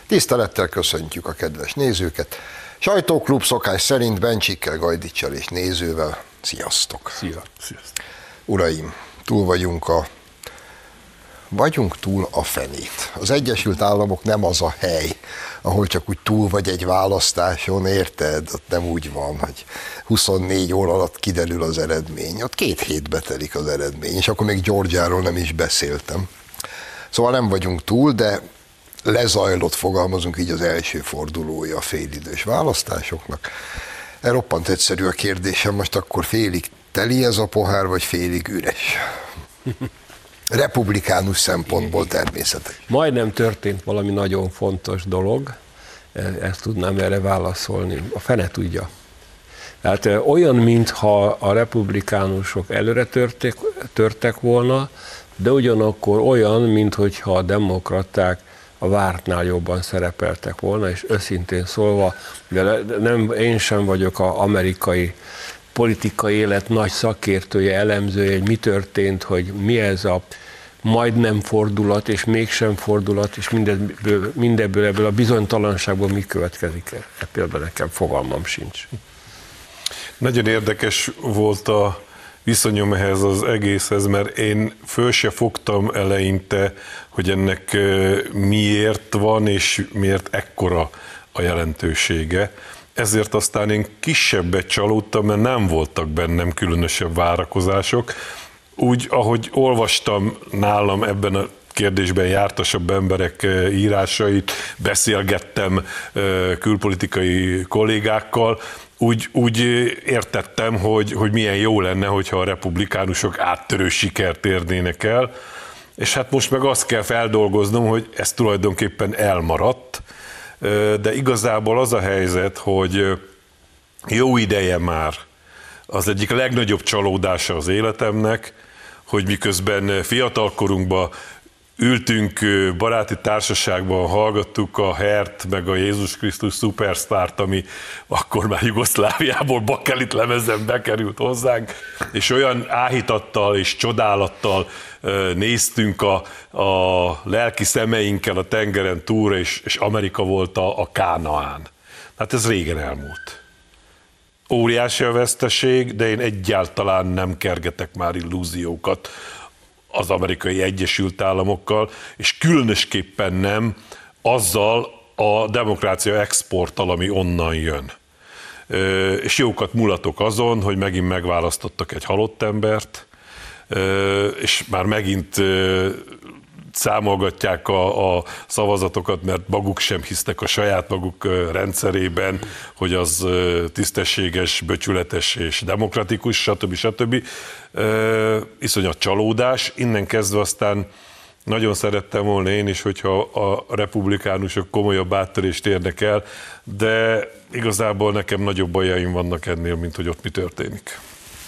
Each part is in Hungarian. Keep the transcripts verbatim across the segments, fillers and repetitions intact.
Tisztelettel köszöntjük a kedves nézőket. Sajtóklub szokás szerint Bencsikkel, Gajdicsal és nézővel. Sziasztok! Szia. Sziasztok! Uraim, túl vagyunk a... Vagyunk túl a fenét. Az Egyesült Államok nem az a hely, ahol csak úgy túl vagy egy választáson, érted? Ott nem úgy van, hogy huszonnégy óra alatt kiderül az eredmény. Ott két hétbe telik az eredmény, és akkor még Georgiáról nem is beszéltem. Szóval nem vagyunk túl, de lezajlott, fogalmazunk így, az első fordulója a félidős választásoknak. E roppant egyszerű a kérdésem, most akkor félig teli ez a pohár, vagy félig üres? Republikánus szempontból természetesen. Majdnem történt valami nagyon fontos dolog, ezt tudnám erre válaszolni, a fene tudja. Tehát olyan, mintha a republikánusok előre törtek, törtek volna, de ugyanakkor olyan, mintha a demokraták a vártnál jobban szerepeltek volna, és őszintén szólva, de nem, én sem vagyok az amerikai politikai élet nagy szakértője, elemzője, hogy mi történt, hogy mi ez a majdnem fordulat, és mégsem fordulat, és mindebből, mindebből ebből a bizonytalanságból mi következik. E például nekem fogalmam sincs. Nagyon érdekes volt a viszonyom ehhez az egészhez, mert én föl se fogtam eleinte, hogy ennek miért van, és miért ekkora a jelentősége. Ezért aztán én kisebbet csalódtam, mert nem voltak bennem különösebb várakozások. Úgy, ahogy olvastam nálam ebben a kérdésben jártasabb emberek írásait, beszélgettem külpolitikai kollégákkal, úgy, úgy értettem, hogy, hogy milyen jó lenne, hogyha a republikánusok áttörő sikert érnének el, és hát most meg azt kell feldolgoznom, hogy ez tulajdonképpen elmaradt, de igazából az a helyzet, hogy jó ideje már az egyik legnagyobb csalódása az életemnek, hogy miközben fiatalkorunkban ültünk baráti társaságban, hallgattuk a Hert meg a Jézus Krisztus szupersztárt, ami akkor már Jugoszláviából bakelit lemezen bekerült hozzánk, és olyan áhítattal és csodálattal néztünk a, a lelki szemeinkkel a tengeren túlra, és, és Amerika volt a, a Kánaán. Hát ez régen elmúlt. Óriási a veszteség, de én egyáltalán nem kergetek már illúziókat az Amerikai Egyesült Államokkal, és különösképpen nem azzal a demokrácia exporttal, ami onnan jön. És jókat mulatok azon, hogy megint megválasztottak egy halott embert, és már megint számolgatják a, a szavazatokat, mert maguk sem hisznek a saját maguk rendszerében, hogy az tisztességes, becsületes és demokratikus, stb. stb. Iszonyat csalódás. Innen kezdve aztán nagyon szerettem volna én is, hogyha a republikánusok komolyabb áttörést érnek el, de igazából nekem nagyobb bajaim vannak ennél, mint hogy ott mi történik.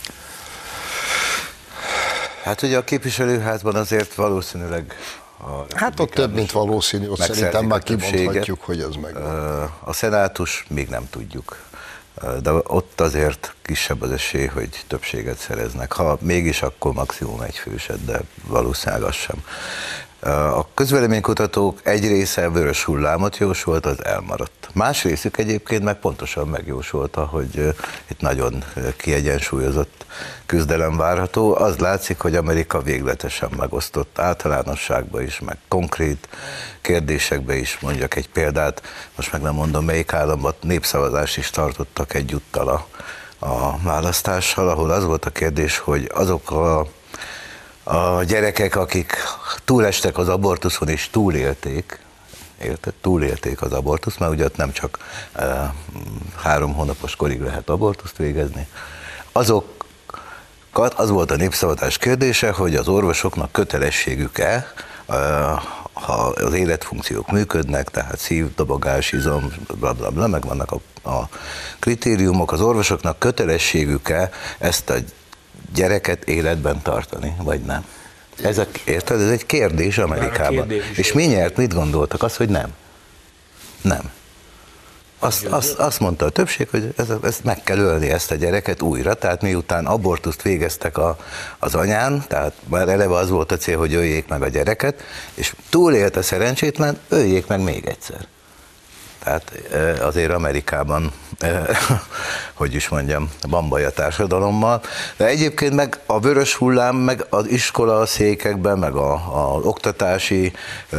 Hát ugye a képviselőházban azért valószínűleg a hát ott több, mint valószínű, ott szerintem már kimondhatjuk, hogy az meg. A szenátus még nem tudjuk, de ott azért kisebb az esély, hogy többséget szereznek. Ha mégis, akkor maximum egy főset, de valószínűleg az sem. A közvéleménykutatók egy része vörös hullámot jósolt, az elmaradt. Más részük egyébként meg pontosan megjósolta, hogy itt nagyon kiegyensúlyozott küzdelem várható. Az látszik, hogy Amerika végletesen megosztott általánosságban is, meg konkrét kérdésekben is. Mondjak egy példát, most meg nem mondom melyik államban, népszavazást is tartottak egyúttal a, a választással, ahol az volt a kérdés, hogy azok a A gyerekek, akik túlestek az abortuszon és túlélték, érted? Túlélték az abortuszt, mert ugye ott nem csak e, három hónapos korig lehet abortuszt végezni, azokat, az volt a népszavazás kérdése, hogy az orvosoknak kötelességük-e, e, ha az életfunkciók működnek, tehát szív, dobogás, izom, bla bla bla, meg vannak a, a kritériumok, az orvosoknak kötelességük-e ezt a gyereket életben tartani, vagy nem? Ez a, érted? Ez egy kérdés Amerikában. Kérdés és mi nyert? Mit gondoltak? Az, hogy nem. Nem. Azt, azt, azt mondta a többség, hogy ez, ezt meg kell ölni, ezt a gyereket újra, tehát miután abortuszt végeztek a, az anyán, tehát már eleve az volt a cél, hogy öljék meg a gyereket, és túlélte szerencsétlen, öljék meg még egyszer. Tehát azért Amerikában, hogy is mondjam, van baj a társadalommal, de egyébként meg a vörös hullám, meg az iskola székekben, meg a, a oktatási,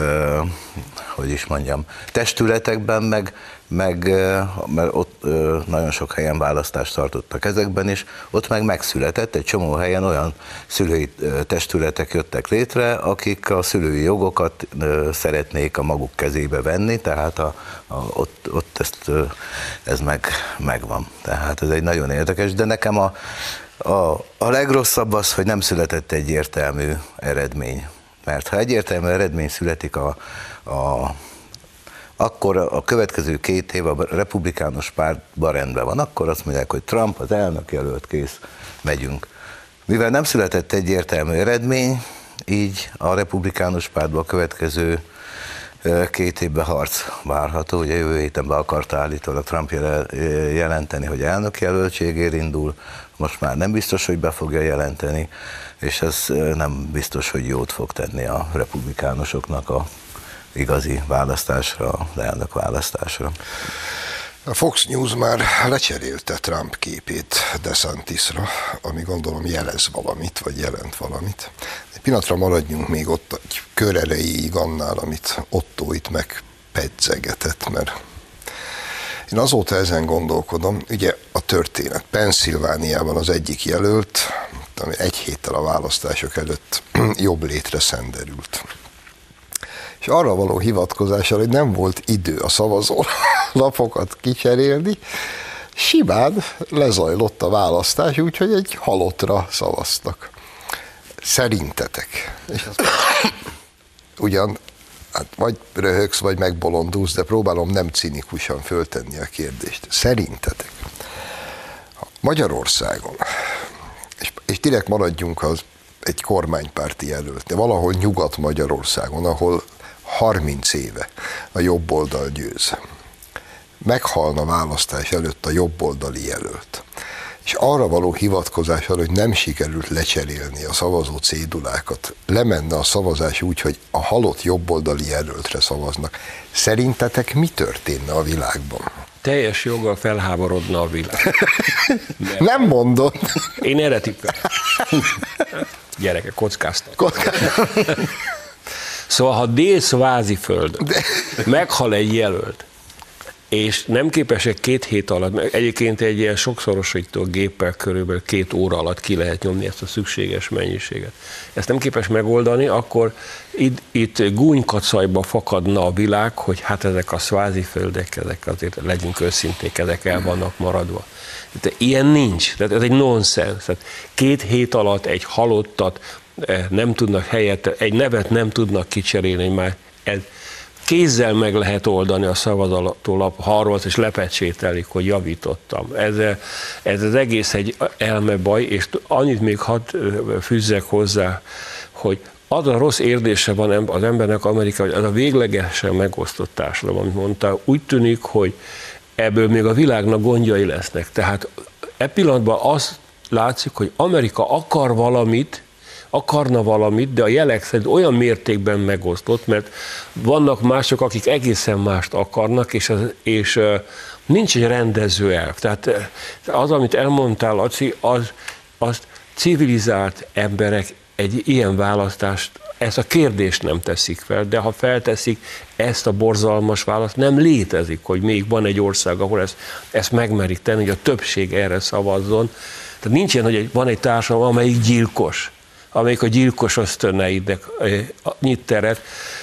hogy is mondjam, testületekben, meg, meg mert ott nagyon sok helyen választást tartottak ezekben is, ott meg megszületett, egy csomó helyen olyan szülői testületek jöttek létre, akik a szülői jogokat szeretnék a maguk kezébe venni, tehát a, a, ott, ott ezt, ez meg, megvan. Tehát ez egy nagyon érdekes, de nekem a, a, a legrosszabb az, hogy nem született egyértelmű eredmény. Mert ha egyértelmű eredmény születik a, a akkor a következő két év a republikánus pártban rendben van, akkor azt mondják, hogy Trump az elnök jelölt, kész, megyünk. Mivel nem született egyértelmű eredmény, így a republikánus pártban a következő két évben harc várható. Ugye jövő héten be akarta állítólag Trump jelenteni, hogy elnök jelöltségért indul, most már nem biztos, hogy be fogja jelenteni, és ez nem biztos, hogy jót fog tenni a republikánusoknak a igazi választásra, az elnök választásra. A Fox News már lecserélte Trump képét DeSantisra, ami gondolom jelez valamit, vagy jelent valamit. Egy pillanatra maradjunk még ott egy kör erejéig annál, amit Otto itt megpedzegetett, mert én azóta ezen gondolkodom, ugye a történet. Pennsylvániában az egyik jelölt, ami egy héttel a választások előtt jobb létre szenderült. És arra való hivatkozással, hogy nem volt idő a szavazólapokat kicserélni, simán lezajlott a választás, úgyhogy egy halottra szavaztak. Szerintetek? És azt ugyan, hát vagy röhögsz, vagy megbolondulsz, de próbálom nem cinikusan föltenni a kérdést. Szerintetek Magyarországon, és, és direkt maradjunk az egy kormánypárti jelölt, de valahol Nyugat-Magyarországon, ahol harminc éve a jobboldal győz, meghalna választás előtt a jobboldali jelölt, és arra való hivatkozással, hogy nem sikerült lecserélni a szavazó cédulákat, lemenne a szavazás úgy, hogy a halott jobboldali jelöltre szavaznak. Szerintetek mi történne a világban? Teljes joggal felháborodna a világ. Nem mondod. Én erre tippel. Gyerekek, kockáztak. Kockáztak. Szóval, ha Dél-Sváziföldön De... meghal egy jelölt, és nem képesek két hét alatt, egyébként egy ilyen sokszorosító géppel körülbelül két óra alatt ki lehet nyomni ezt a szükséges mennyiséget. Ezt nem képes megoldani, akkor itt, itt gúnykacajba fakadna a világ, hogy hát ezek a sváziföldek, ezek azért legyünk őszinték, ezek el vannak maradva. De ilyen nincs, tehát ez egy nonsens. Tehát két hét alatt egy halottat nem tudnak helyett, egy nevet nem tudnak kicserélni, már ez kézzel meg lehet oldani a szavazatólap, ha arról és lepecsételik, hogy javítottam. Ez, ez az egész egy elmebaj, és annyit még hadd fűzzek hozzá, hogy az a rossz érzése van az embernek Amerika, hogy az a véglegesen megosztott társadalom, amit mondta, úgy tűnik, hogy ebből még a világnak gondjai lesznek. Tehát e pillanatban azt látszik, hogy Amerika akar valamit, akarna valamit, de a jelek szerint olyan mértékben megosztott, mert vannak mások, akik egészen mást akarnak, és, az, és nincs egy rendező elv. Tehát az, amit elmondtál, Laci, az, az civilizált emberek egy ilyen választást, ezt a kérdést nem teszik fel, de ha felteszik, ezt a borzalmas választ nem létezik, hogy még van egy ország, ahol ezt, ezt megmerik tenni, hogy a többség erre szavazzon. Tehát nincs ilyen, hogy van egy társadalom, amelyik gyilkos, amelyik a gyilkos ösztöneinek nyit teret,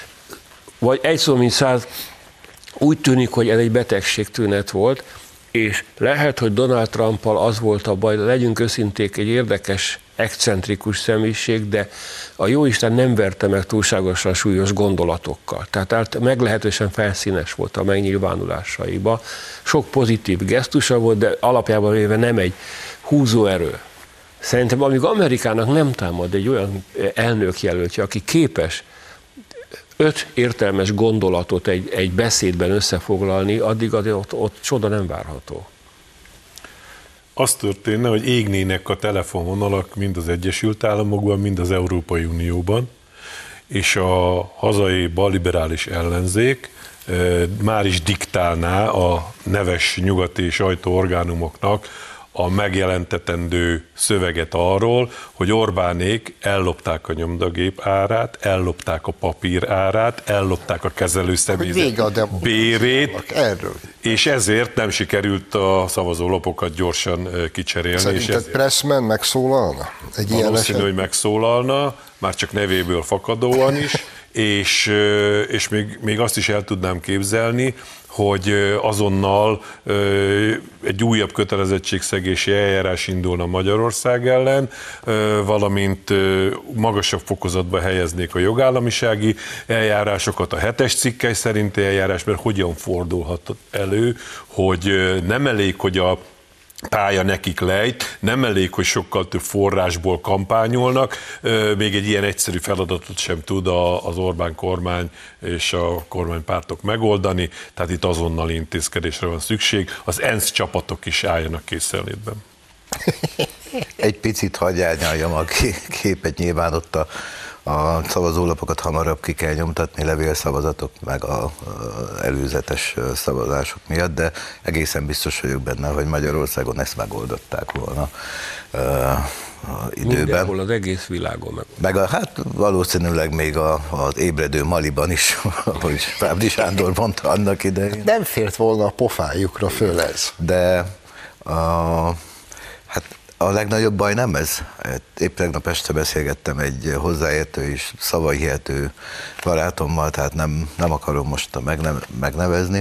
vagy egy szó, mint száz, úgy tűnik, hogy ez egy betegségtünet volt, és lehet, hogy Donald Trumpal az volt a baj, legyünk őszinték, egy érdekes, excentrikus személyiség, de a jóisten nem verte meg túlságosan súlyos gondolatokkal. Tehát meglehetősen felszínes volt a megnyilvánulásaiba. Sok pozitív gesztusa volt, de alapjában véve nem egy húzóerő. Szerintem amíg Amerikának nem támad egy olyan elnökjelöltje, aki képes öt értelmes gondolatot egy, egy beszédben összefoglalni, addig azért ott, ott csoda nem várható. Az történne, hogy égnének a telefonvonalak mind az Egyesült Államokban, mind az Európai Unióban, és a hazai balliberális ellenzék már is diktálná a neves nyugati sajtóorgánumoknak a megjelentetendő szöveget arról, hogy Orbánék ellopták a nyomdagép árát, ellopták a papír árát, ellopták a kezelőszemélyzet bérét, erről. És ezért nem sikerült a szavazólapokat gyorsan kicserélni. Szerinted Pressman megszólalna? Egy ilyen valószínű, eset? hogy megszólalna, már csak nevéből fakadóan is, és, és még, még azt is el tudnám képzelni, hogy azonnal egy újabb kötelezettségszegési eljárás indulna Magyarország ellen, valamint magasabb fokozatba helyeznék a jogállamisági eljárásokat, a hetes cikkely szerinti eljárás, mert hogyan fordulhat elő, hogy nem elég, hogy a pálya nekik lejt, nem elég, hogy sokkal több forrásból kampányolnak, még egy ilyen egyszerű feladatot sem tud az Orbán kormány és a kormánypártok megoldani, tehát itt azonnali intézkedésre van szükség, az ENSZ csapatok is álljanak készenlétben. Egy picit hagyj árnyaljam a képet, nyilván ott a A szavazólapokat hamarabb ki kell nyomtatni, levélszavazatok, meg az előzetes szavazások miatt, de egészen biztos vagyok benne, hogy Magyarországon ezt megoldották volna uh, időben. Mindenhol az egész világon meg. Meg a, hát valószínűleg még a, az ébredő Maliban is, ahogy Fábri Sándor mondta annak idején. Nem fért volna a pofájukra föl ez. De a, hát a legnagyobb baj nem ez. Épp tegnap este beszélgettem egy hozzáértő és szavahihető barátommal, tehát nem, nem akarom most megne, megnevezni,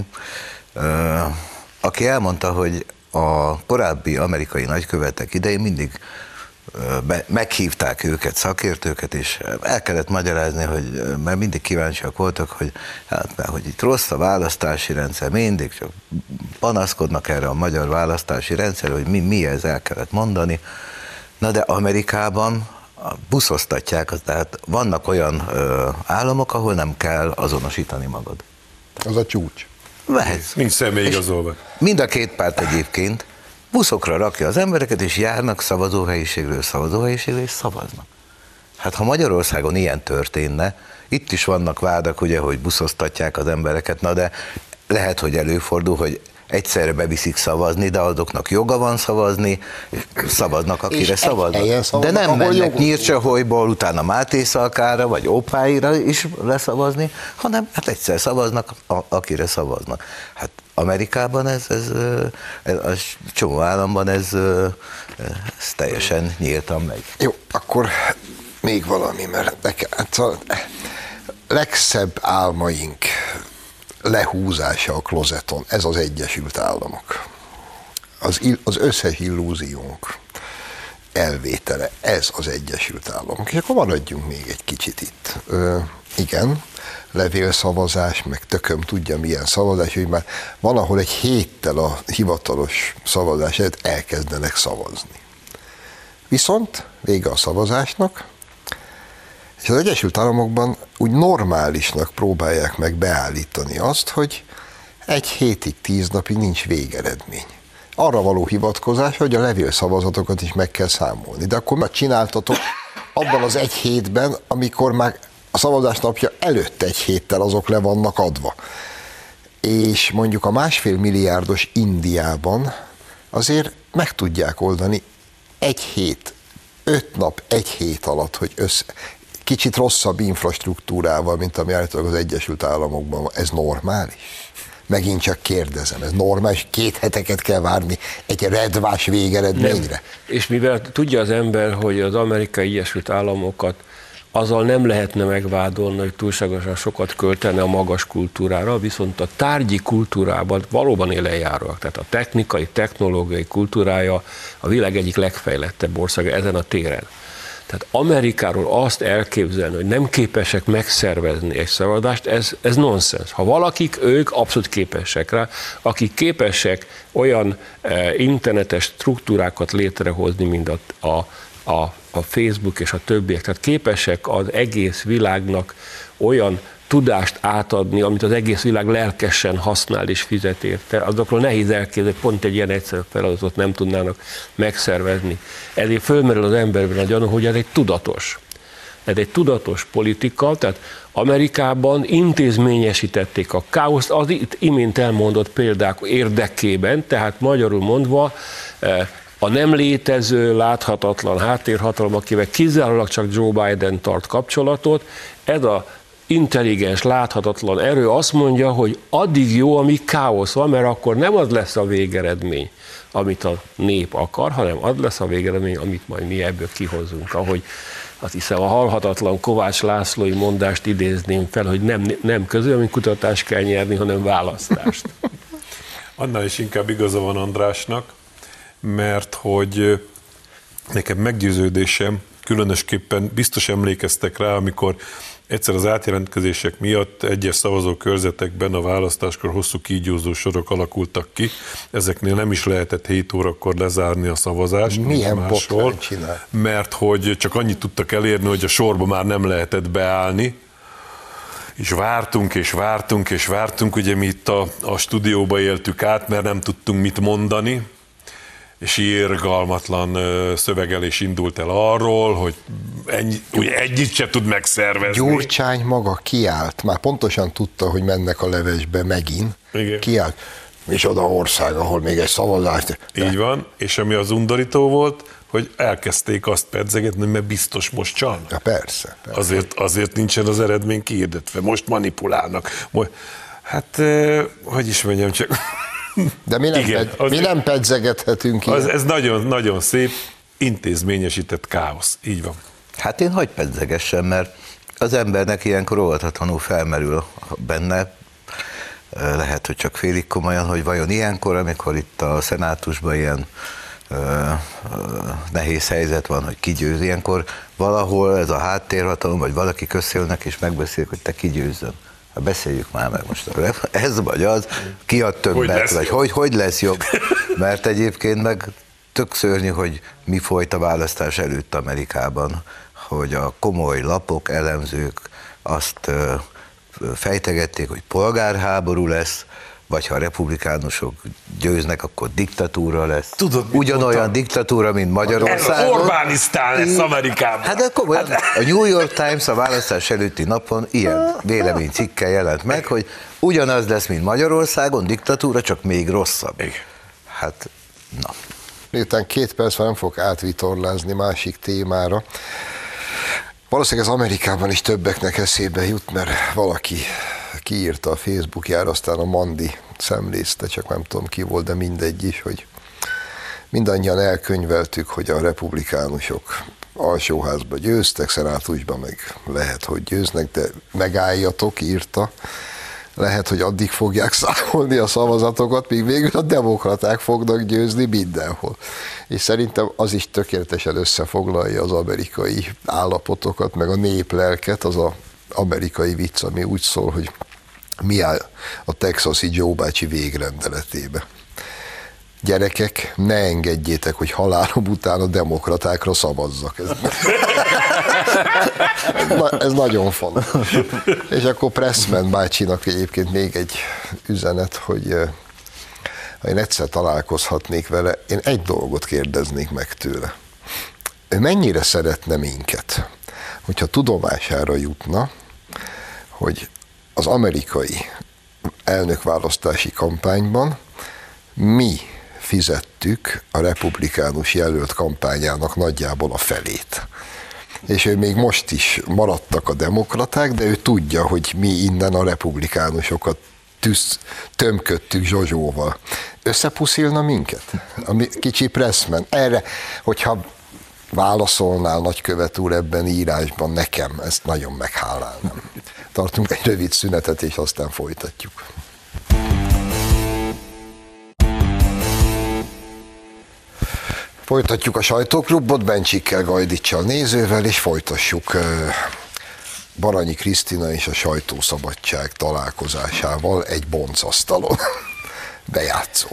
aki elmondta, hogy a korábbi amerikai nagykövetek idején mindig be, meghívták őket, szakértőket, és el kellett magyarázni, hogy, mert mindig kíváncsiak voltak, hogy, hát, mert, hogy itt rossz a választási rendszer, mindig csak panaszkodnak erre a magyar választási rendszer, hogy mi, mi ez, el kellett mondani. Na de Amerikában buszoztatják, tehát vannak olyan ö, államok, ahol nem kell azonosítani magad. Az a csúcs. Vehetsz. Nincs személyigazolvány. Mind a két párt egyébként buszokra rakja az embereket, és járnak szavazóhelyiségről szavazóhelyiségről, és szavaznak. Hát ha Magyarországon ilyen történne, itt is vannak vádak, ugye, hogy buszoztatják az embereket, na de lehet, hogy előfordul, hogy egyszerre beviszik szavazni, de azoknak joga van szavazni, szavaznak, akire szavaznak. De nem mennek Nyírcsaholyból, utána Mátészalkára, vagy Ópáira is leszavazni, hanem hát egyszer szavaznak, a, akire szavaznak. Hát Amerikában ez, ez, ez a csomó államban ez, ez teljesen nyíltan megy. Jó, akkor még valami, mert nekem, hát a legszebb álmaink lehúzása a klozeton, ez az Egyesült Államok. Az, az összes illúziónk elvétele, ez az Egyesült Államok. És akkor maradjunk még egy kicsit itt. Ö, igen, levélszavazás, meg tököm tudja milyen szavazás, hogy már van, ahol egy héttel a hivatalos szavazás előtt elkezdenek szavazni. Viszont vége a szavazásnak, és az Egyesült Államokban úgy normálisnak próbálják meg beállítani azt, hogy egy hétig, tíz napig nincs végeredmény. Arra való hivatkozás, hogy a levélszavazatokat is meg kell számolni. De akkor meg csináltatok abban az egy hétben, amikor már a szavazás napja előtt egy héttel azok le vannak adva. És mondjuk a másfél milliárdos Indiában azért meg tudják oldani egy hét, öt nap, egy hét alatt, hogy össze... Kicsit rosszabb infrastruktúrával, mint ami állítólag az Egyesült Államokban van. Ez normális? Megint csak kérdezem, ez normális? Két heteket kell várni egy redvás végeredményre? Nem. És mivel tudja az ember, hogy az Amerikai Egyesült Államokat azzal nem lehetne megvádolni, hogy túlságosan sokat költene a magas kultúrára, viszont a tárgyi kultúrában valóban élenjáróak. Tehát a technikai, technológiai kultúrája a világ egyik legfejlettebb országa ezen a téren. Tehát Amerikáról azt elképzelni, hogy nem képesek megszervezni egy szavazást, ez, ez nonsens. Ha valakik, ők abszolút képesek rá, akik képesek olyan e, internetes struktúrákat létrehozni, mint a, a, a, a Facebook és a többiek, tehát képesek az egész világnak olyan tudást átadni, amit az egész világ lelkesen használ és fizet érte, azokról nehéz elképzelni, pont egy ilyen egyszerű feladatot nem tudnának megszervezni. Ezért fölmerül az emberben a gyanú, hogy ez egy tudatos. Ez egy tudatos politika, tehát Amerikában intézményesítették a káoszt az itt imént elmondott példák érdekében, tehát magyarul mondva a nem létező, láthatatlan háttérhatalom, akivel kizárólag csak Joe Biden tart kapcsolatot, ez a intelligens, láthatatlan erő azt mondja, hogy addig jó, amíg káosz van, mert akkor nem az lesz a végeredmény, amit a nép akar, hanem az lesz a végeredmény, amit majd mi ebből kihozunk. Ahogy azt hiszem a halhatatlan Kovács Lászlói mondást idézném fel, hogy nem, nem közvéleménykutatást kell nyerni, hanem választást. Annál is inkább igaza van Andrásnak, mert hogy nekem meggyőződésem, különösképpen biztos emlékeztek rá, amikor egyszer az átjelentkezések miatt egyes szavazókörzetekben a választáskor hosszú kígyózó sorok alakultak ki. Ezeknél nem is lehetett hét órakor lezárni a szavazást. Milyen botrány csinál? Mert hogy csak annyit tudtak elérni, hogy a sorba már nem lehetett beállni. És vártunk, és vártunk, és vártunk. Ugye mi itt a, a stúdióba éltük át, mert nem tudtunk mit mondani. És irgalmatlan szövegelés indult el arról, hogy ennyi, ugye egyit se tud megszervezni. Gyurcsány maga kiállt, már pontosan tudta, hogy mennek a levesbe megint. Igen. Kiállt, és oda ország, ahol még egy szavazást. De... Így van, és ami az undorító volt, hogy elkezdték azt pedzegetni, mert biztos most csalnak. Ja, persze. persze. Azért, azért nincsen az eredmény kihirdetve, most manipulálnak. Most, hát, hogy is mondjam, csak... De mi nem, Igen, ped, mi nem pedzegethetünk az, ez nagyon, nagyon szép, intézményesített káosz. Így van. Hát én hagy pedzegessem, mert az embernek ilyenkor óvatatlanul felmerül benne, lehet, hogy csak félig komolyan, hogy vajon ilyenkor, amikor itt a szenátusban ilyen ö, ö, nehéz helyzet van, hogy ki győz, ilyenkor valahol ez a háttérhatalom, vagy valaki közszélnek és megbeszélik, hogy te kigyőzzön. Hát beszéljük már meg most, ez vagy az, ki a többet, vagy hogy, hogy lesz jobb, mert egyébként meg tök szörnyű, hogy mi folyt a választás előtt Amerikában, hogy a komoly lapok, elemzők azt fejtegették, hogy polgárháború lesz, vagy ha a republikánusok győznek, akkor diktatúra lesz. Tudod, ugyanolyan mondtam? Diktatúra, mint Magyarországon. Ez Orbánisztán lesz Amerikában. Hát de komolyan, a New York Times a választás előtti napon ilyen véleménycikkel jelent meg, hogy ugyanaz lesz, mint Magyarországon, diktatúra, csak még rosszabb. Hát, na. Miután két perc van, nem fogok átvitorlázni másik témára. Valószínűleg az Amerikában is többeknek eszébe jut, mert valaki kiírta a Facebookjára, aztán a Mandi szemlézte, csak nem tudom ki volt, de mindegy is, hogy mindannyian elkönyveltük, hogy a republikánusok alsóházba győztek, szenátusban meg lehet, hogy győznek, de megálljatok, írta. Lehet, hogy addig fogják számolni a szavazatokat, míg végül a demokraták fognak győzni mindenhol. És szerintem az is tökéletesen összefoglalja az amerikai állapotokat, meg a néplelket, az az amerikai vicc, ami úgy szól, hogy mi áll a texasi Joe bácsi végrendeletébe. Gyerekek, ne engedjétek, hogy halálom után a demokratákra szavazzak. Ez, ez nagyon fontos. És akkor Pressman bácsinak egyébként még egy üzenet, hogy ha én egyszer találkozhatnék vele, én egy dolgot kérdeznék meg tőle. Ő mennyire szeretne minket, hogyha tudomására jutna, hogy az amerikai elnökválasztási kampányban mi fizettük a republikánus jelölt kampányának nagyjából a felét. És ő még most is maradtak a demokraták, de ő tudja, hogy mi innen a republikánusokat tűz, tömködtük Zsozsóval. Összepuszilna minket? A kicsi Pressman. Erre, hogyha válaszolnál, nagykövet úr, ebben írásban nekem, ezt nagyon meghálálnám. Tartunk egy rövid szünetet, és aztán folytatjuk. Folytatjuk a sajtóklubot, Bencsikkel, Gajdicsal, nézővel, és folytassuk Baranyi Krisztina és a Sajtószabadság találkozásával egy boncasztalon. Bejátszó.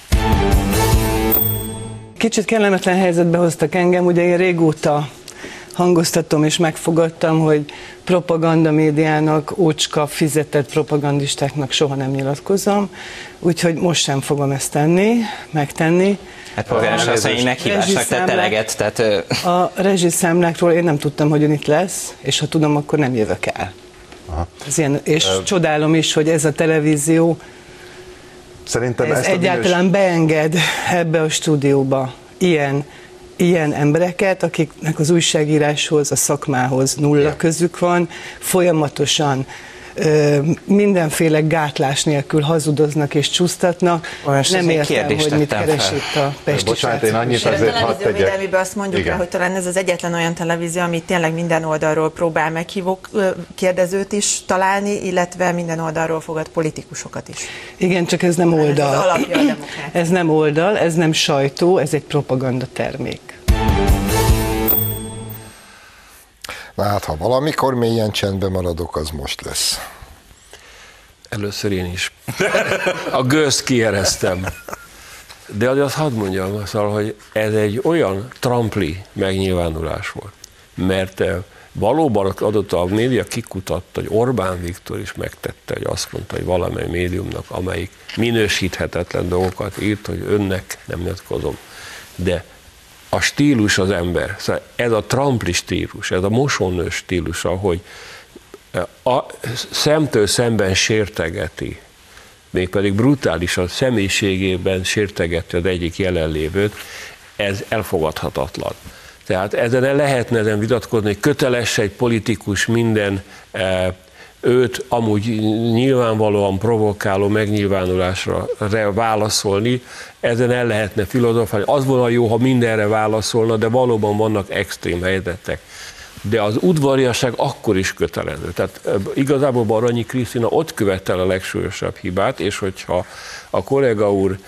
Kicsit kellemetlen helyzetbe hoztak engem, ugye én régóta hangoztatom és megfogadtam, hogy propagandamédiának, ócska, fizetett propagandistáknak soha nem nyilatkozom, úgyhogy most sem fogom ezt tenni, megtenni. Hát polgármester asszony meghívásnak tett eleget, tehát... A rezsiszámlákról én nem tudtam, hogy ön itt lesz, és ha tudom, akkor nem jövök el. Aha. Ez ilyen, és uh, csodálom is, hogy ez a televízió szerintem ez ezt egyáltalán minős... beenged ebbe a stúdióba ilyen, ilyen embereket, akiknek az újságíráshoz, a szakmához nulla yeah. közük van, folyamatosan mindenféle gátlás nélkül hazudoznak és csúsztatnak. Most nem értem, hogy mit keres itt a pesti Bocsánat, én annyit azért hadd tegyek. Védelmében azt mondjuk rá, hogy talán ez az egyetlen olyan televízió, ami tényleg minden oldalról próbál meghívó kérdezőt is találni, illetve minden oldalról fogad politikusokat is. Igen, csak ez nem oldal. Ez az alapja a demokrácia. Ez nem oldal, ez nem sajtó, ez egy propaganda termék. Na hát, ha valamikor mélyen csendben maradok, az most lesz. Először én is. A gőzt kiereztem. De azt hadd mondjam, szóval, hogy ez egy olyan trampli megnyilvánulás volt, mert valóban adott a média kikutatta, hogy Orbán Viktor is megtette, hogy azt mondta, hogy valamely médiumnak, amelyik minősíthetetlen dolgokat írt, hogy önnek nem nyilatkozom. De a stílus az ember, szóval ez a trampli stílus, ez a mosónő stílus, ahogy a szemtől szemben sértegeti, mégpedig brutálisan személyiségében sértegeti az egyik jelenlévőt, ez elfogadhatatlan. Tehát ezen lehetne ezen vitatkozni, hogy köteles egy politikus minden őt amúgy nyilvánvalóan provokáló megnyilvánulásra válaszolni, ezen el lehetne filozofálni. Az volna jó, ha mindenre válaszolna, de valóban vannak extrém helyzetek. De az udvariasság akkor is kötelező. Tehát igazából Baranyi Krisztina ott követte el a legsúlyosabb hibát, és hogyha a kolléga úr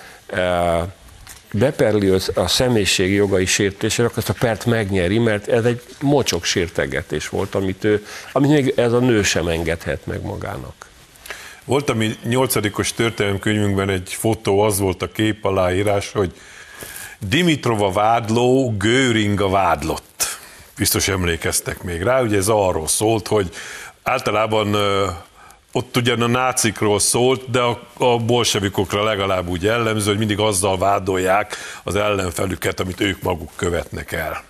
beperli a személyiségi jogai sértésére, akkor ezt a pert megnyeri, mert ez egy mocsok sértegetés volt, amit, ő, amit még ez a nő sem engedhet meg magának. Volt a mi nyolcadikos történelemkönyvünkben egy fotó, az volt a kép aláírás, hogy Dimitrov a vádló, Göring a vádlott. Biztos emlékeztek még rá, ugye ez arról szólt, hogy általában ott ugyan a nácikról szólt, de a, a bolsevikokra legalább úgy jellemző, hogy mindig azzal vádolják az ellenfelüket, amit ők maguk követnek el.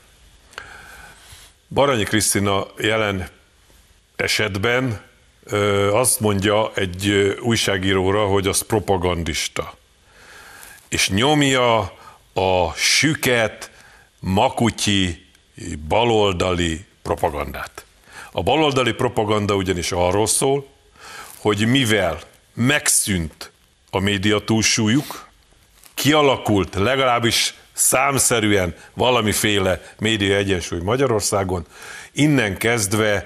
Baranyi Krisztina jelen esetben ö, azt mondja egy újságíróra, hogy az propagandista. És nyomja a süket, makutyi, baloldali propagandát. A baloldali propaganda ugyanis arról szól, hogy mivel megszűnt a média túlsúlyuk, kialakult legalábbis számszerűen valamiféle média egyensúly Magyarországon, innen kezdve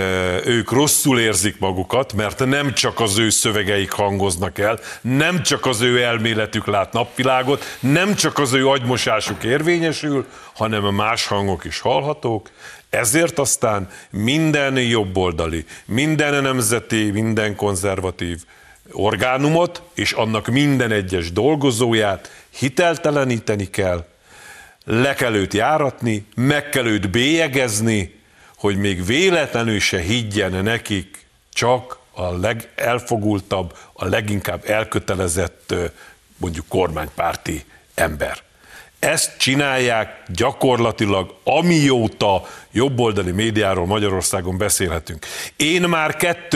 ők rosszul érzik magukat, mert nem csak az ő szövegeik hangoznak el, nem csak az ő elméletük lát napvilágot, nem csak az ő agymosásuk érvényesül, hanem a más hangok is hallhatók. Ezért aztán minden jobboldali, minden nemzeti, minden konzervatív orgánumot és annak minden egyes dolgozóját hitelteleníteni kell, le kell őt járatni, meg kell őt bélyegezni, hogy még véletlenül se higgyen nekik csak a legelfogultabb, a leginkább elkötelezett, mondjuk kormánypárti ember. Ezt csinálják gyakorlatilag, amióta jobboldali médiáról Magyarországon beszélhetünk. Én már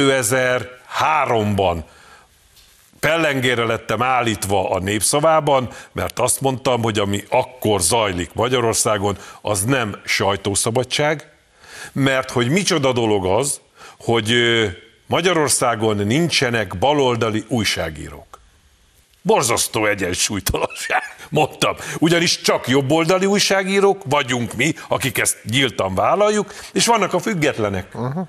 kétezer-háromban pellengérre lettem állítva a Népszavában, mert azt mondtam, hogy ami akkor zajlik Magyarországon, az nem sajtószabadság, mert hogy micsoda dolog az, hogy Magyarországon nincsenek baloldali újságírók. Borzasztó egyensúlytalanság, mondtam. Ugyanis csak jobboldali újságírók vagyunk mi, akik ezt nyíltan vállaljuk, és vannak a függetlenek. Uh-huh.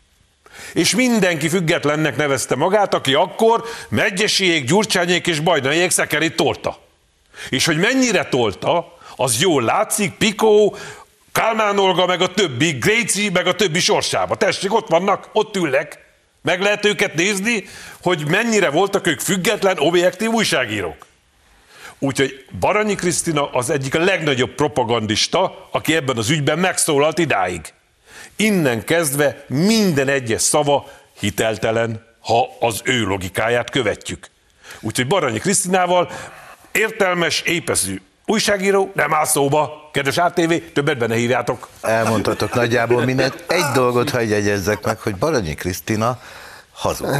És mindenki függetlennek nevezte magát, aki akkor Medgyessijék, Gyurcsányék és Bajdanyék szekerét tolta. És hogy mennyire tolta, az jól látszik, Pikó, Kálmán Olga, meg a többi, Gréci, meg a többi sorsába. Tessék, ott vannak, ott ülnek. Meg lehet őket nézni, hogy mennyire voltak ők független, objektív újságírók. Úgyhogy Baranyi Krisztina az egyik a legnagyobb propagandista, aki ebben az ügyben megszólalt idáig. Innen kezdve minden egyes szava hiteltelen, ha az ő logikáját követjük. Úgyhogy Baranyi Krisztinával értelmes, épeszű újságíró nem áll szóba. Kedves á té vé, többet benne hívjátok. Elmondhatok nagyjából mindent. Egy dolgot hadd jegyezzek meg, hogy Baranyi Krisztina hazug.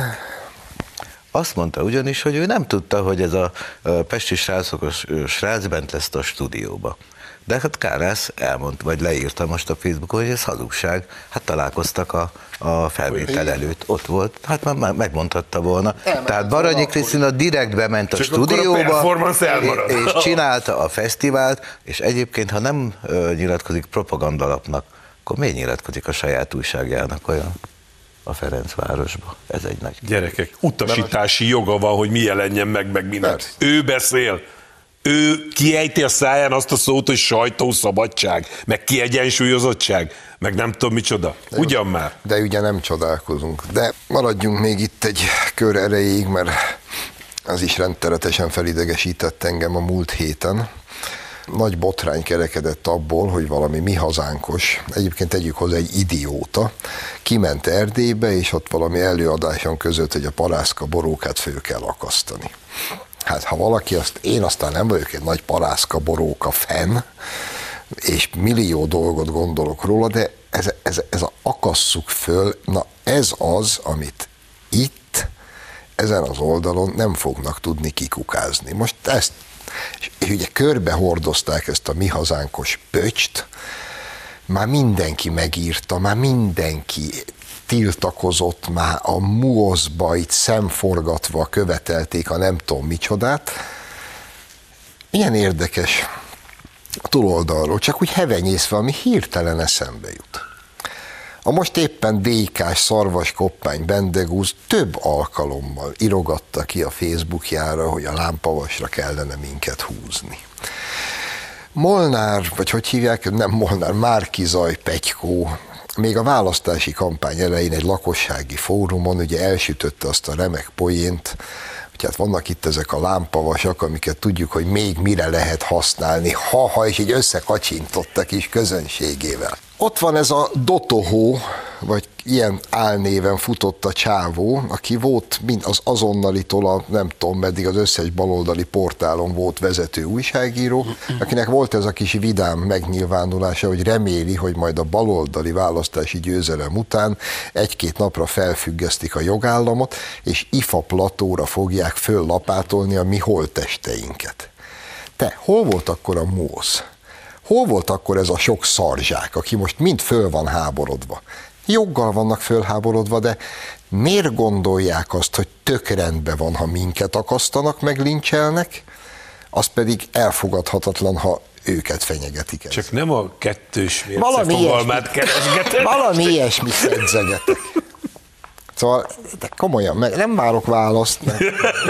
Azt mondta ugyanis, hogy ő nem tudta, hogy ez a pesti srácokos srác bent lesz a stúdióba. De hát Kárász elmondta, vagy leírta most a Facebookon, hogy ez hazugság. Hát találkoztak a, a felvétel előtt, ott volt, hát már megmondhatta volna. Elment. Tehát Baranyi Krisztina direkt bement a csak stúdióba, a és csinálta a fesztivált, és egyébként, ha nem uh, nyilatkozik propagandalapnak, akkor miért nyilatkozik a saját újságjának olyan? A Ferencvárosba. Ez egy nagy... Gyerekek, utasítási joga van, hogy mi jelenjen meg, meg minden. Persze. Ő beszél. Ő kiejti a száján azt a szót, hogy sajtószabadság, meg kiegyensúlyozottság, meg nem tudom micsoda. De ugyan már. De ugye nem csodálkozunk. De maradjunk még itt egy kör erejéig, mert az is rendszeresen felidegesített engem a múlt héten. Nagy botrány kerekedett abból, hogy valami mi hazánkos, egyébként tegyük hozzá egy idióta, kiment Erdélybe, és ott valami előadáson között, hogy a parászka borókát föl kell akasztani. Hát ha valaki, azt, én aztán nem vagyok egy nagy parászka boróka fenn, és millió dolgot gondolok róla, de ez, ez, ez a akasszuk föl, na ez az, amit itt, ezen az oldalon nem fognak tudni kikukázni. Most ezt, és ugye körbe hordozták ezt a mi hazánkos pöcst, már mindenki megírta, már mindenki tiltakozott, már a muoszba itt szemforgatva követelték a nem tudom micsodát. Milyen érdekes a túloldalról, csak úgy hevenyészve, ami hirtelen eszembe jut. A most éppen dé ká-s szarvas koppány Bendegúz több alkalommal írogatta ki a Facebookjára, hogy a lámpavasra kellene minket húzni. Molnár, vagy hogy hívják, nem Molnár, Márki-Zay Petykó, még a választási kampány elején egy lakossági fórumon ugye elsütötte azt a remek poént, hogy hát vannak itt ezek a lámpavasak, amiket tudjuk, hogy még mire lehet használni, ha-ha, és így összekacsintottak is közönségével. Ott van ez a Dotohó, vagy ilyen álnéven futott a csávó, aki volt mind az azonnalitól a nem tudom meddig az összes baloldali portálon volt vezető újságíró, akinek volt ez a kis vidám megnyilvánulása, hogy reméli, hogy majd a baloldali választási győzelem után egy-két napra felfüggesztik a jogállamot, és Ifa platóra fogják föllapátolni a mi holttesteinket. Te, hol volt akkor a MUOSZ? Hol volt akkor ez a sok szarzsák, aki most mind föl van háborodva? Joggal vannak fölháborodva, de miért gondolják azt, hogy tök rendben van, ha minket akasztanak, meg lincselnek, az pedig elfogadhatatlan, ha őket fenyegetik ez. Csak nem a kettős mérce fogalmát keresgetek. Valami ilyesmit szedzegetek. Szóval, de komolyan, nem várok választ, nem,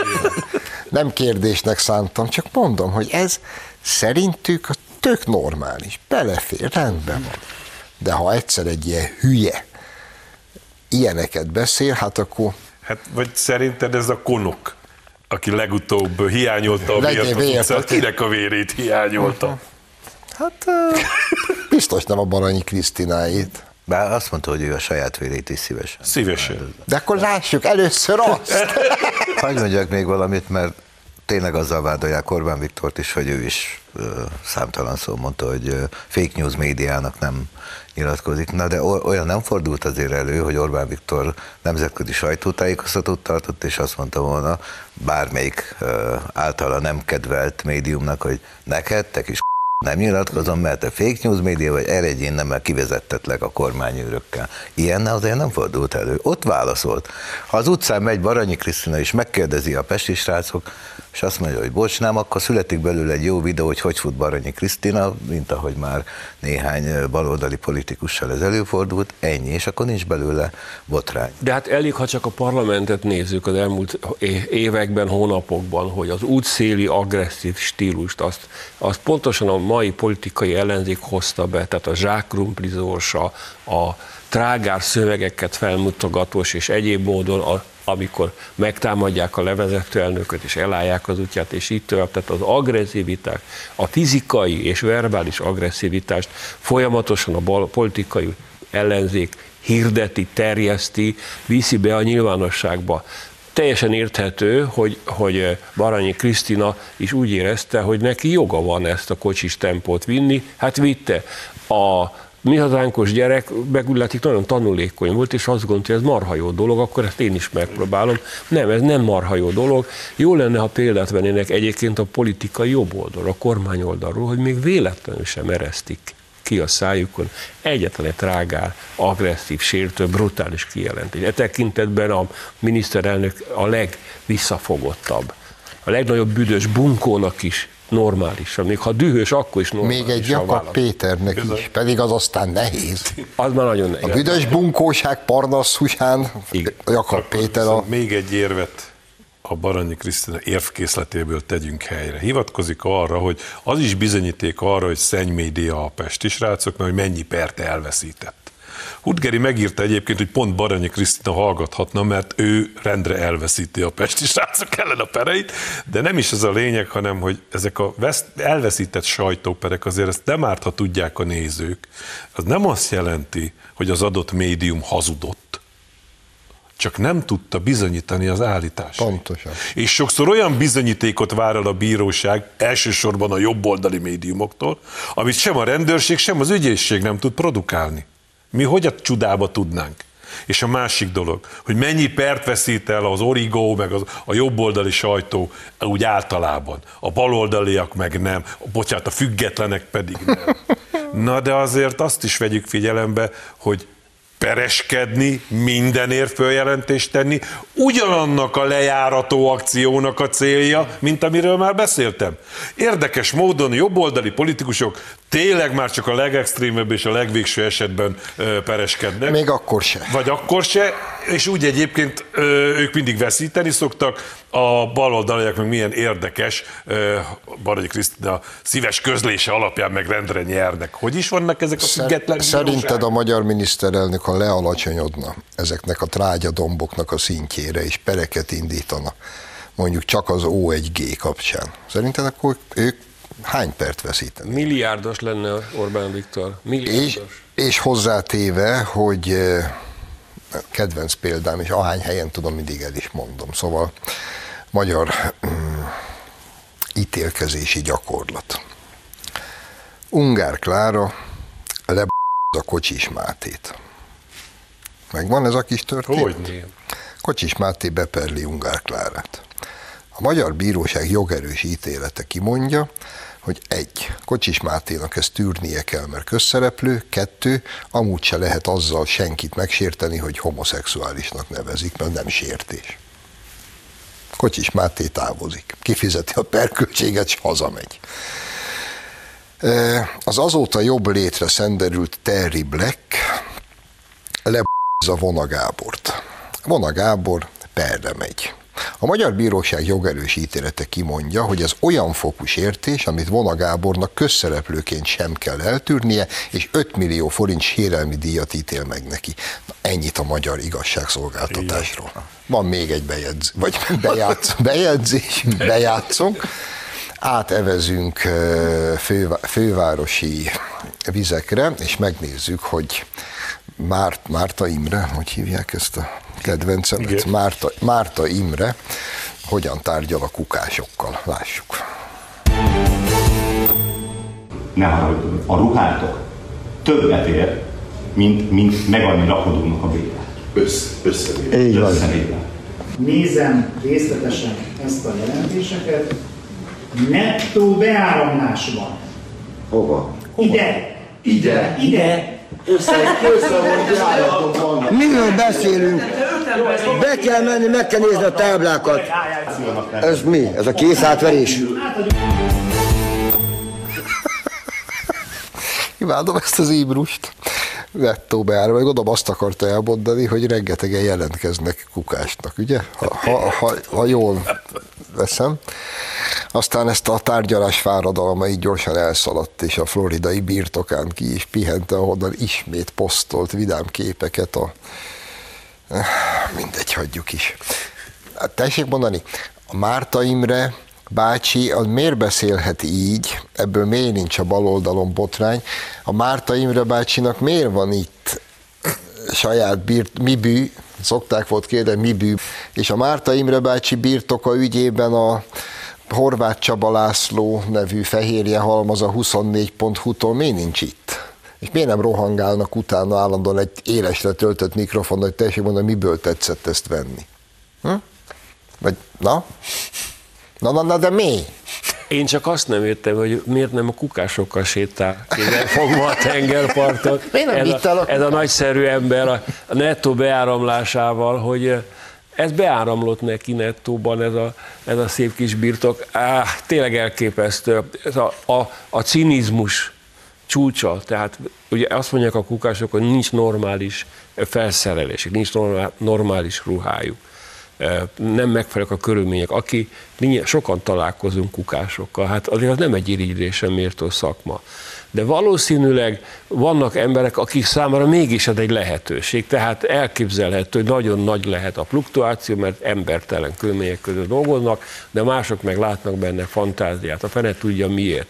nem kérdésnek szántam, csak mondom, hogy ez szerintük tök normális, belefér, rendben van. De ha egyszer egy ilyen hülye ilyeneket beszél, hát akkor... Hát vagy szerinted ez a konok, aki legutóbb hiányolta a vért az utcán, kinek a vérét hiányolta? Hát biztos nem a Baranyi Krisztináét. Bár azt mondta, hogy ő a saját vérét is szívesen. Szívesen. De akkor lássuk először azt. Hagyj mondjak még valamit, mert tényleg azzal vádolják Orbán Viktort is, hogy ő is uh, számtalan szó mondta, hogy uh, fake news médiának nem nyilatkozik. Na, de olyan nem fordult azért elő, hogy Orbán Viktor nemzetközi sajtótájékoztatót tartott, és azt mondta volna bármelyik uh, általa nem kedvelt médiumnak, hogy neked, te kis nem nyilatkozom, mert te fake news média vagy, eredj innen, mert kivezettetlek a kormányőrökkel. Ilyen azért nem fordult elő. Ott válaszolt. Ha az utcán megy Baranyi Krisztina és megkérdezi a pesti srácok, és azt mondja, hogy bocs, nem, akkor születik belőle egy jó videó, hogy hogy fut Baranyi Krisztina, mint ahogy már néhány baloldali politikussal ez előfordult, ennyi, és akkor nincs belőle botrány. De hát elég, ha csak a parlamentet nézzük az elmúlt években, hónapokban, hogy az útszéli agresszív stílust, azt, azt pontosan a mai politikai ellenzék hozta be, tehát a zsákrumplizós, a, a trágár szövegeket felmutogatós és egyéb módon a amikor megtámadják a levezető elnököt, és elállják az útját, és így tovább. Tehát az agresszivitás, a fizikai és verbális agresszivitást folyamatosan a bal, politikai ellenzék hirdeti, terjeszti, viszi be a nyilvánosságba. Teljesen érthető, hogy, hogy Baranyi Krisztina is úgy érezte, hogy neki joga van ezt a kocsis tempót vinni, hát vitte. A Mi Hazánkos gyerek megületik nagyon tanulékony volt, és azt gondolta, hogy ez marha jó dolog, akkor ezt én is megpróbálom. Nem, ez nem marha jó dolog. Jó lenne, ha példát vennének egyébként a politikai jobb oldalról, a kormány oldalról, hogy még véletlenül sem eresztik ki a szájukon egyetlen egy trágár, agresszív, sértő, brutális kijelentés. E tekintetben a miniszterelnök a legvisszafogottabb, a legnagyobb büdös bunkónak is normálisan, még ha dühös, akkor is normálisan. Még egy Jakab Péternek Bizony. is, pedig az aztán nehéz. Az már nagyon nehéz. A büdös bunkóság Parnasszusán, Jakab Péter a... Még egy érvet a Baranyi Krisztina érvkészletéből tegyünk helyre. Hivatkozik arra, hogy az is bizonyíték arra, hogy szennymédia a pesti srácok, mert hogy mennyi pert elveszített. Hudgeri megírta egyébként, hogy pont Baranyi Krisztina hallgathatna, mert ő rendre elveszíti a pesti srácok ellen a pereit, de nem is ez a lényeg, hanem hogy ezek a elveszített sajtóperek azért ezt nem árt, ha tudják a nézők. Az nem azt jelenti, hogy az adott médium hazudott, csak nem tudta bizonyítani az állításait. Pontosan. És sokszor olyan bizonyítékot vár el a bíróság, elsősorban a jobboldali médiumoktól, amit sem a rendőrség, sem az ügyészség nem tud produkálni. Mi hogy a csudába tudnánk? És a másik dolog, hogy mennyi pert veszít el az Origo, meg az, a jobboldali sajtó úgy általában, a baloldaliak meg nem, bocsánat, a függetlenek pedig nem. Na de azért azt is vegyük figyelembe, hogy pereskedni, mindenért följelentést tenni, ugyanannak a lejárató akciónak a célja, mint amiről már beszéltem. Érdekes módon jobboldali politikusok tényleg már csak a legextrémebb és a legvégső esetben ö, pereskednek. Még akkor se. Vagy akkor se, és úgy egyébként ö, ők mindig veszíteni szoktak, a baloldaliak meg milyen érdekes, ö, Baranyi Krisztina szíves közlése alapján meg rendre nyernek. Hogy is vannak ezek a független Szerinted bíróságok? a magyar miniszterelnök, ha lealacsonyodna ezeknek a trágyadomboknak a szintjére, és pereket indítana, mondjuk csak az ó egy gé kapcsán, szerinted akkor ők hány pert veszítenek? Milliárdos lenne Orbán Viktor. Milliárdos. És, és hozzátéve, hogy kedvenc példám, és ahány helyen tudom, mindig el is mondom. Szóval magyar mm, ítélkezési gyakorlat. Ungár Klára le a Kocsis Mátét. Megvan ez a kis történet? Hogy? Kocsis Máté beperli Ungár Klárát. A magyar bíróság jogerős ítélete kimondja, hogy egy, Kocsis Máténak ezt tűrnie kell, mert közszereplő, kettő, amúgy se lehet azzal senkit megsérteni, hogy homoszexuálisnak nevezik, mert nem sértés. Kocsis Máté távozik, kifizeti a perköltséget, és hazamegy. Az azóta jobb létre szenderült Terry Black le***z a Vona Gábort. Vona Gábor perre megy. A magyar bíróság jogerős ítélete kimondja, hogy ez olyan fokú sértés, amit Vona Gábornak közszereplőként sem kell eltűrnie, és öt millió forint sérelmi díjat ítél meg neki. Na, ennyit a magyar igazságszolgáltatásról. Van még egy bejegyz, vagy bejátsz, bejegyzés, bejátszunk. Átevezünk fő, fővárosi vizekre, és megnézzük, hogy Márt, Márta Imre, hogy hívják ezt a kedvencemet? Márta, Márta Imre hogyan tárgyal a kukásokkal. Lássuk. Ne haragudjon, a ruhátok többet ér, mint, mint megadni lakodónak a bérát. Össz, összevéve. Így van. Összevéve. Nézem részletesen ezt a jelentéseket. Nettó beáramlás van. Hova? Ide. Ide. Ide. Miről beszélünk? Be kell menni, meg kell nézni a táblákat. Ez mi? Ez a készátverés? Imádom ezt az Ibrust. Nettó beáram, meg oda azt akarta elmondani, hogy rengetegen jelentkeznek kukásnak, ugye? Ha, ha, ha, ha jól veszem. Aztán ezt a tárgyalás fáradalma így gyorsan elszaladt, és a floridai birtokán ki is pihente, ahonnan ismét posztolt vidám képeket a Mindegy, hagyjuk is. Tessék mondani, a Márta Imre bácsi, az miért beszélhet így, ebből miért nincs a baloldalon botrány, a Márta Imre bácsinak miért van itt saját birt, mibű, szokták volt kérdeni, mibű, és a Márta Imre bácsi birtoka ügyében a Horváth Csaba László nevű fehérje halmaz a huszonnégy pont hu-tól miért nincs itt? És miért nem rohangálnak utána állandóan egy élesre töltött mikrofon, hogy tessék mondani, miből tetszett ezt venni? Hm? Vagy, na? Na, na, na, de mi? Én csak azt nem értem, hogy miért nem a kukásokkal sétál, kézzel fogva a tengerparton. Ez a, ez a nagyszerű ember a, a nettó beáramlásával, hogy ez beáramlott neki nettóban, ez a, ez a szép kis birtok. Á, tényleg elképesztő. Ez a, a, a cinizmus csúcsa, tehát ugye azt mondják a kukások, hogy nincs normális felszerelésük, nincs normális ruhájuk. Nem megfelelők a körülmények. Aki, sokan találkozunk kukásokkal, hát azért az nem egy irigylésre méltó szakma. De valószínűleg vannak emberek, akik számára mégis ez egy lehetőség, tehát elképzelhető, hogy nagyon nagy lehet a fluktuáció, mert embertelen körülmények között dolgoznak, de mások meg látnak benne fantáziát, a fene tudja miért.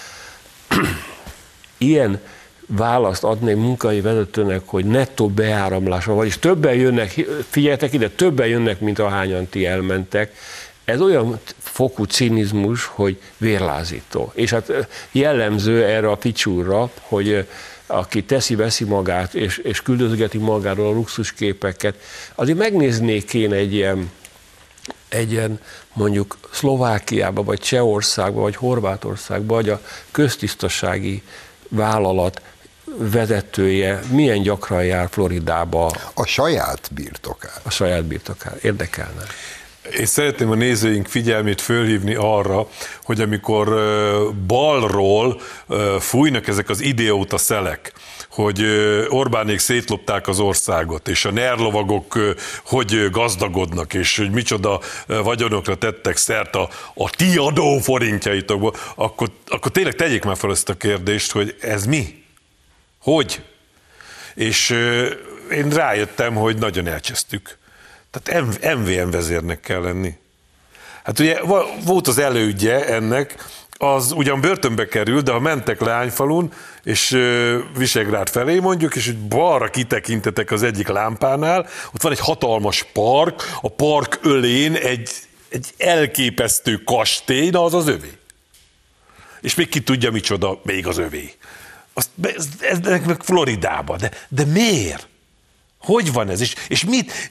Ilyen választ adni egy munkai vezetőnek, hogy nettó beáramlása, vagyis többen jönnek, figyeljetek ide, többen jönnek, mint ahányan ti elmentek. Ez olyan fokú cinizmus, hogy vérlázító. És hát jellemző erre a picsúrra, hogy aki teszi-veszi magát, és, és küldözgeti magáról a luxusképeket, azért megnéznék én egy ilyen, egy ilyen mondjuk Szlovákiába, vagy Csehországba, vagy Horvátországba, vagy a köztisztasági vállalat vezetője milyen gyakran jár Floridába. A saját birtokán. A saját birtokán. Érdekelne. Én szeretném a nézőink figyelmét fölhívni arra, hogy amikor balról fújnak ezek az idióta szelek, hogy Orbánék szétlopták az országot, és a nerlovagok hogy gazdagodnak, és hogy micsoda vagyonokra tettek szert a, a ti adóforintjaitokból, akkor, akkor tényleg tegyék már fel ezt a kérdést, hogy ez mi? Hogy? És én rájöttem, hogy nagyon elcsesztük. Tehát em vé em vezérnek kell lenni. Hát ugye volt az elődje ennek, az ugyan börtönbe kerül, de ha mentek Leányfalun, és Visegrád felé mondjuk, és balra kitekintetek az egyik lámpánál, ott van egy hatalmas park, a park ölén egy, egy elképesztő kastély, na az az övé. És még ki tudja micsoda, még az övé. Azt, ez, ez meg Floridában, de, de miért? Hogy van ez? És, és mit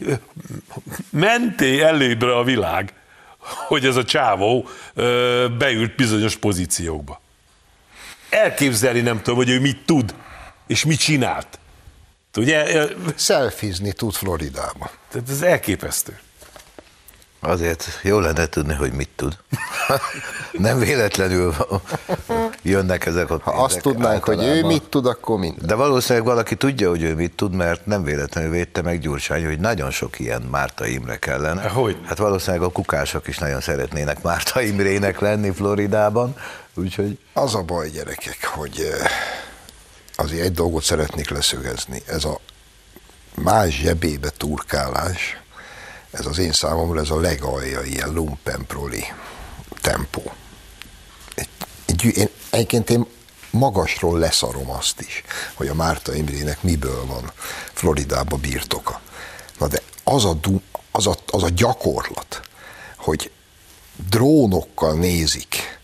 menté elébre a világ, hogy ez a csávó ö, beült bizonyos pozíciókba. Elképzelni nem tudom, hogy ő mit tud, és mit csinált. Ugye? Szelfizni tud Floridába. Tehát ez elképesztő. Azért jó lenne tudni, hogy mit tud. Nem véletlenül jönnek ezek a pénzek. Ha azt tudnánk, általában, hogy ő mit tud, akkor minden. De valószínűleg valaki tudja, hogy ő mit tud, mert nem véletlenül védte meg Gyurcsány, hogy nagyon sok ilyen Márta Imre kellene. Hogy? Hát valószínűleg a kukások is nagyon szeretnének Márta Imrének lenni Floridában, úgyhogy... Az a baj, gyerekek, hogy azért egy dolgot szeretnék leszögezni. Ez a más zsebébe turkálás, ez az én számomra ez a legalja ilyen lumpenproli tempó. Egy, egy, én, egyébként én magasról leszarom azt is, hogy a Márta Imrének miből van Floridába birtoka. Na de az a, az a, az a gyakorlat, hogy drónokkal nézik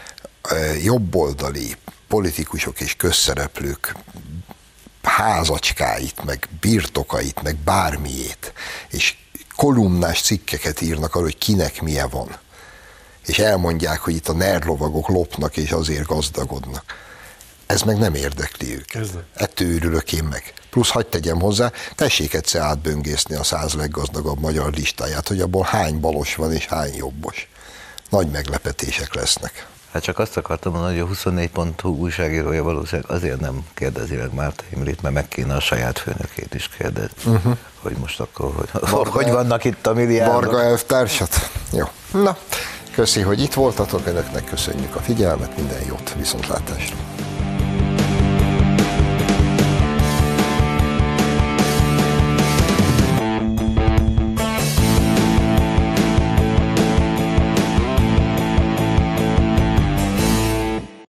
jobboldali politikusok és közszereplők házacskáit, meg birtokait, meg bármiét, és kolumnás cikkeket írnak arról, hogy kinek milyen van. És elmondják, hogy itt a nerlovagok lopnak, és azért gazdagodnak. Ez meg nem érdekli őket. Ettől őrülök én meg. Plusz hagyd tegyem hozzá, tessék egyszer átböngészni a száz leggazdagabb magyar listáját, hogy abból hány balos van, és hány jobbos. Nagy meglepetések lesznek. Hát csak azt akartam mondani, hogy a huszonnégy pont hu újságírója valószínűleg azért nem kérdezi meg Márta Imrét, mert meg kéne a saját főnökét is kérdezni, uh-huh. hogy most akkor, hogy, Varga, hogy vannak itt a milliárdok. Varga elvtársat? Jó. Na, köszi, hogy itt voltatok, önöknek köszönjük a figyelmet, minden jót, viszontlátásra.